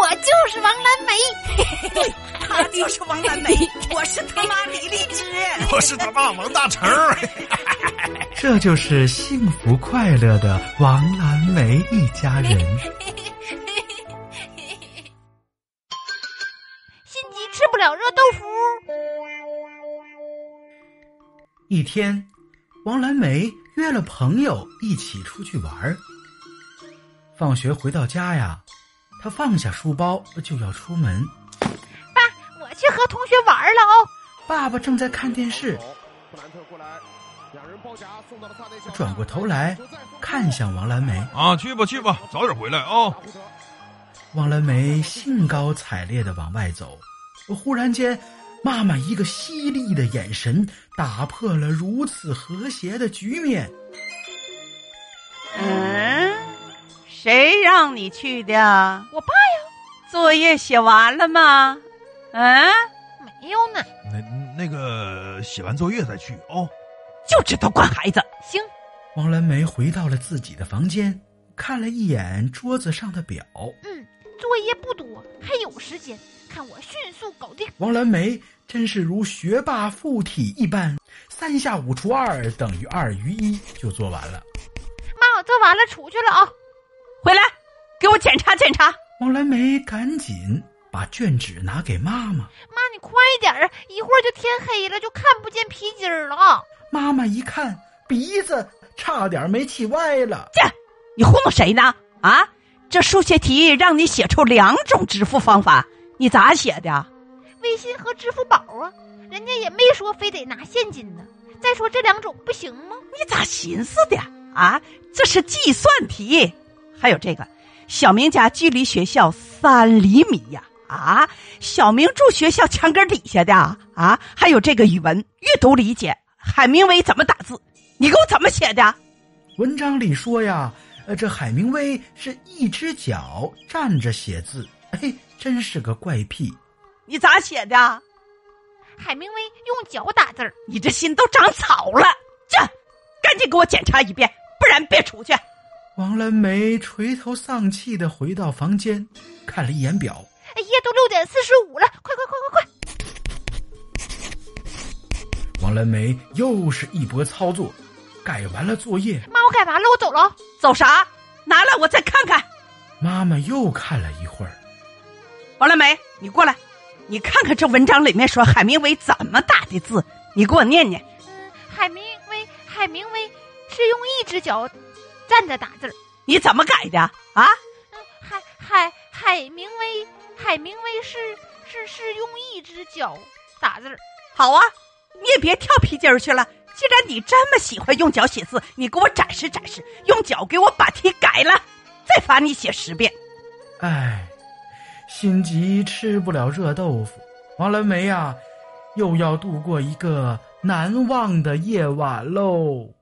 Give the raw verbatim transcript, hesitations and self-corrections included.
我就是王蓝梅。 对，他就是王蓝梅，我是他妈李荔枝， 我是他爸王大成。 这就是幸福快乐的王蓝梅一家人。 心急吃不了热豆腐。 一天，王蓝梅约了朋友一起出去玩。放学回到家呀，她放下书包就要出门。 爸，我去和同学玩了哦。 爸爸正在看电视，转过头来看向王蓝梅。 啊，去吧去吧，早点回来啊、哦！ 王蓝梅兴高采烈地往外走，忽然间妈妈一个犀利的眼神打破了如此和谐的局面。 嗯，谁让你去的？ 我爸呀。 作业写完了吗？嗯， 没有呢。 那那个写完作业再去哦。 就知道管孩子。 行。 王蓝梅回到了自己的房间，看了一眼桌子上的表。 嗯，作业不多，还有时间，看我迅速搞定。 王蓝梅真是如学霸附体一般，三下五除二等于二余一就做完了。 妈，我做完了，出去了啊！ 回来，给我检查检查。 王蓝梅赶紧把卷纸拿给妈妈。 妈，你快点啊，一会儿就天黑了，就看不见皮筋了。 妈妈一看，鼻子差点没气歪了。 这，你糊弄谁呢？啊，这数学题让你写出两种支付方法，你咋写的？ 微信和支付宝啊，人家也没说非得拿现金呢。再说这两种不行吗？ 你咋寻思的啊？这是计算题。还有这个，小明家距离学校三厘米呀！啊，小明住学校墙根底下的啊！还有这个语文阅读理解，海明威怎么打字？你给我怎么写的？ 文章里说呀，呃，这海明威是一只脚站着写字，嘿，真是个怪癖。 你咋写的？ 海明威用脚打字儿。 你这心都长草了，这赶紧给我检查一遍，不然别出去。 王蓝梅垂头丧气地回到房间，看了一眼表， 哎呀，都六点四十五了，快快快快快！ 王蓝梅又是一波操作，改完了作业。 妈，我改完了，我走了。 走啥？拿来我再看看。 妈妈又看了一会儿。 王蓝梅，你过来，你看看这文章里面说海明威怎么打的字，你给我念念。 嗯，海明威，海明威是用一只脚站着打字儿。 你怎么改的啊？ 嗯，海海海明威，海明威是是是用一只脚打字儿。 好啊，你也别跳皮筋儿去了。既然你这么喜欢用脚写字，你给我展示展示，用脚给我把题改了，再罚你写十遍。 唉，心急吃不了热豆腐，王蓝梅呀，又要度过一个难忘的夜晚喽。